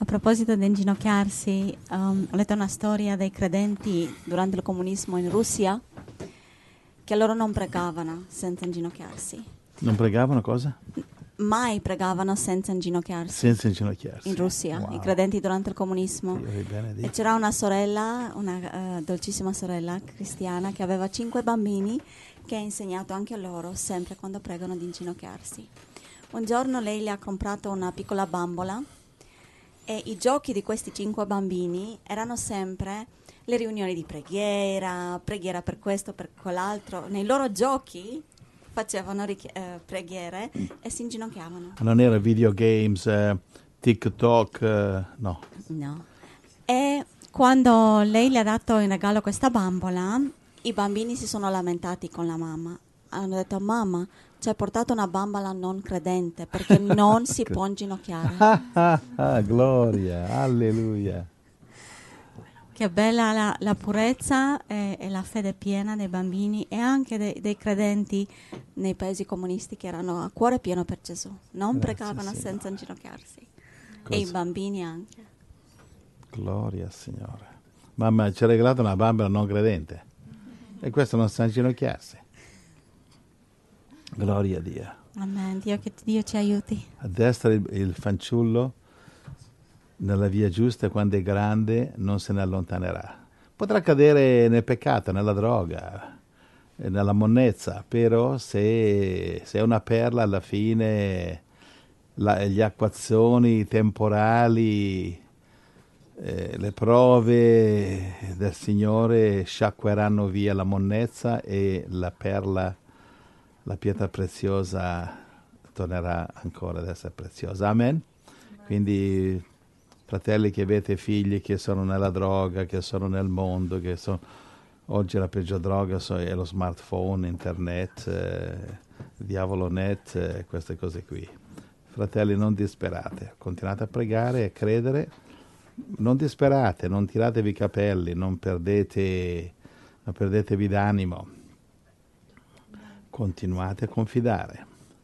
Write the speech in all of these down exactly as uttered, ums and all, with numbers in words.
proposito di inginocchiarsi, um, ho letto una storia dei credenti durante il comunismo in Russia che loro non pregavano senza inginocchiarsi. Non pregavano cosa? Mai pregavano senza inginocchiarsi. Senza inginocchiarsi. In Russia, Wow. i credenti durante il comunismo. Dio vi benedica. E c'era una sorella, una uh, dolcissima sorella cristiana che aveva cinque bambini che ha insegnato anche a loro sempre quando pregano di inginocchiarsi. Un giorno lei le ha comprato una piccola bambola e i giochi di questi cinque bambini erano sempre le riunioni di preghiera, preghiera per questo, per quell'altro. Nei loro giochi facevano richi- eh, preghiere e si inginocchiavano. Non era videogames, eh, TikTok, eh, no. No. E quando lei le ha dato in regalo questa bambola, i bambini si sono lamentati con la mamma. Hanno detto: mamma, ci hai portato una bambola non credente perché non si può inginocchiare. Ah, ah, ah, gloria, alleluia. Che bella la, la purezza e, e la fede piena dei bambini e anche dei, dei credenti nei paesi comunisti che erano a cuore pieno per Gesù. Non Grazie, pregavano Signore. senza inginocchiarsi. Cosa? E i bambini anche. Gloria, Signore. Mamma ci ha regalato una bambola non credente e questo non sa inginocchiarsi. Gloria a Dio. Amen. Dio, che Dio ci aiuti. A destra il, il fanciullo nella via giusta e quando è grande non se ne allontanerà. Potrà cadere nel peccato, nella droga, nella monnezza, però se, se è una perla alla fine la, gli acquazzoni temporali, eh, le prove del Signore sciacqueranno via la monnezza e la perla, la pietra preziosa tornerà ancora ad essere preziosa. Amen? Quindi fratelli che avete figli che sono nella droga, che sono nel mondo, che sono... Oggi la peggior droga è lo smartphone, internet, eh, diavolo net, eh, queste cose qui. Fratelli, non disperate, continuate a pregare e a credere, non disperate, non tiratevi i capelli, non perdete, non perdetevi d'animo, continuate a confidare.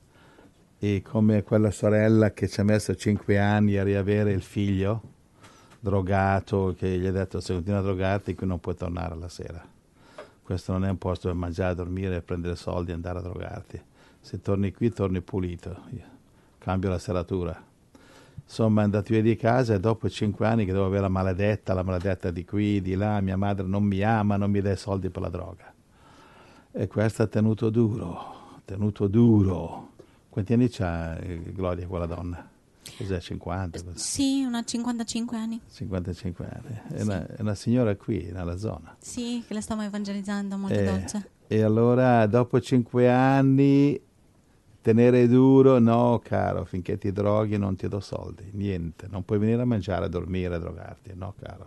E come quella sorella che ci ha messo cinque anni a riavere il figlio drogato, che gli ha detto: se continui a drogarti qui non puoi tornare la sera, questo non è un posto per mangiare, dormire, prendere soldi e andare a drogarti, se torni qui torni pulito, io cambio la serratura. Insomma è andato via di casa e dopo cinque anni che devo avere la maledetta, la maledetta di qui, di là, mia madre non mi ama, non mi dà i soldi per la droga. E questo ha tenuto duro, tenuto duro. Quanti anni c'ha, eh, Gloria, quella donna? Cos'è, cinquanta? Cos'è? Sì, una cinquantacinque anni. cinquantacinque anni. È, Sì. una, è una signora qui, nella zona. Sì, che la stiamo evangelizzando, molto Eh, dolce. E allora, dopo cinque anni, tenere duro? No, caro, finché ti droghi non ti do soldi, niente. Non puoi venire a mangiare, a dormire, a drogarti. No, caro.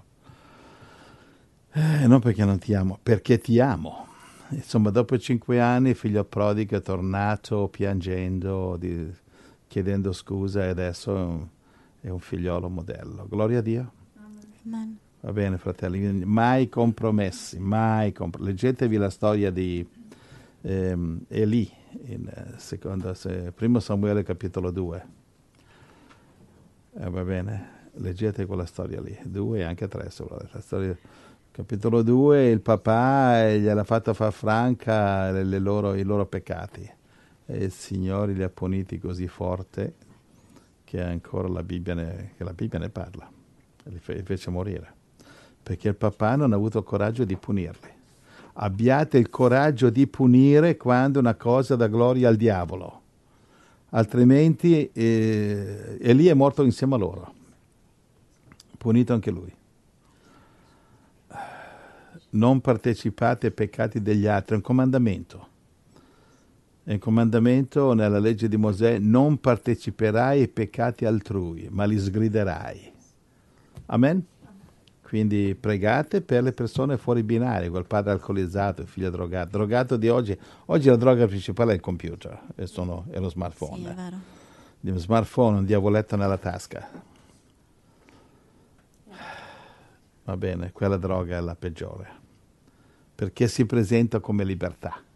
Eh, non perché non ti amo, perché ti amo. Insomma, dopo cinque anni il figlio prodigo è tornato piangendo, di, chiedendo scusa e adesso è un, è un figliolo modello. Gloria a Dio. Amen. Va bene, fratelli, mai compromessi, mai compr- leggetevi la storia di ehm, Eli, in eh, seconda, se, primo Samuele capitolo due. Eh, va bene, leggete quella storia lì, due e anche tre, se volete. La storia, capitolo due, il papà gliel'ha fatto far franca le, le loro, i loro peccati e il Signore li ha puniti così forte che ancora la Bibbia ne, che la Bibbia ne parla e li, fe, li fece morire. Perché il papà non ha avuto il coraggio di punirli. Abbiate il coraggio di punire quando una cosa dà gloria al diavolo. Altrimenti eh, Eli è morto insieme a loro. Punito anche lui. Non partecipate ai peccati degli altri. È un comandamento. È un comandamento nella legge di Mosè. Non parteciperai ai peccati altrui, ma li sgriderai. Amen? Quindi pregate per le persone fuori binario, quel padre alcolizzato, il figlio drogato. Drogato di oggi, oggi la droga principale è il computer e, sono, è lo smartphone. Sì, è vero. Di uno smartphone, un diavoletto nella tasca. Va bene, quella droga è la peggiore, perché si presenta come libertà.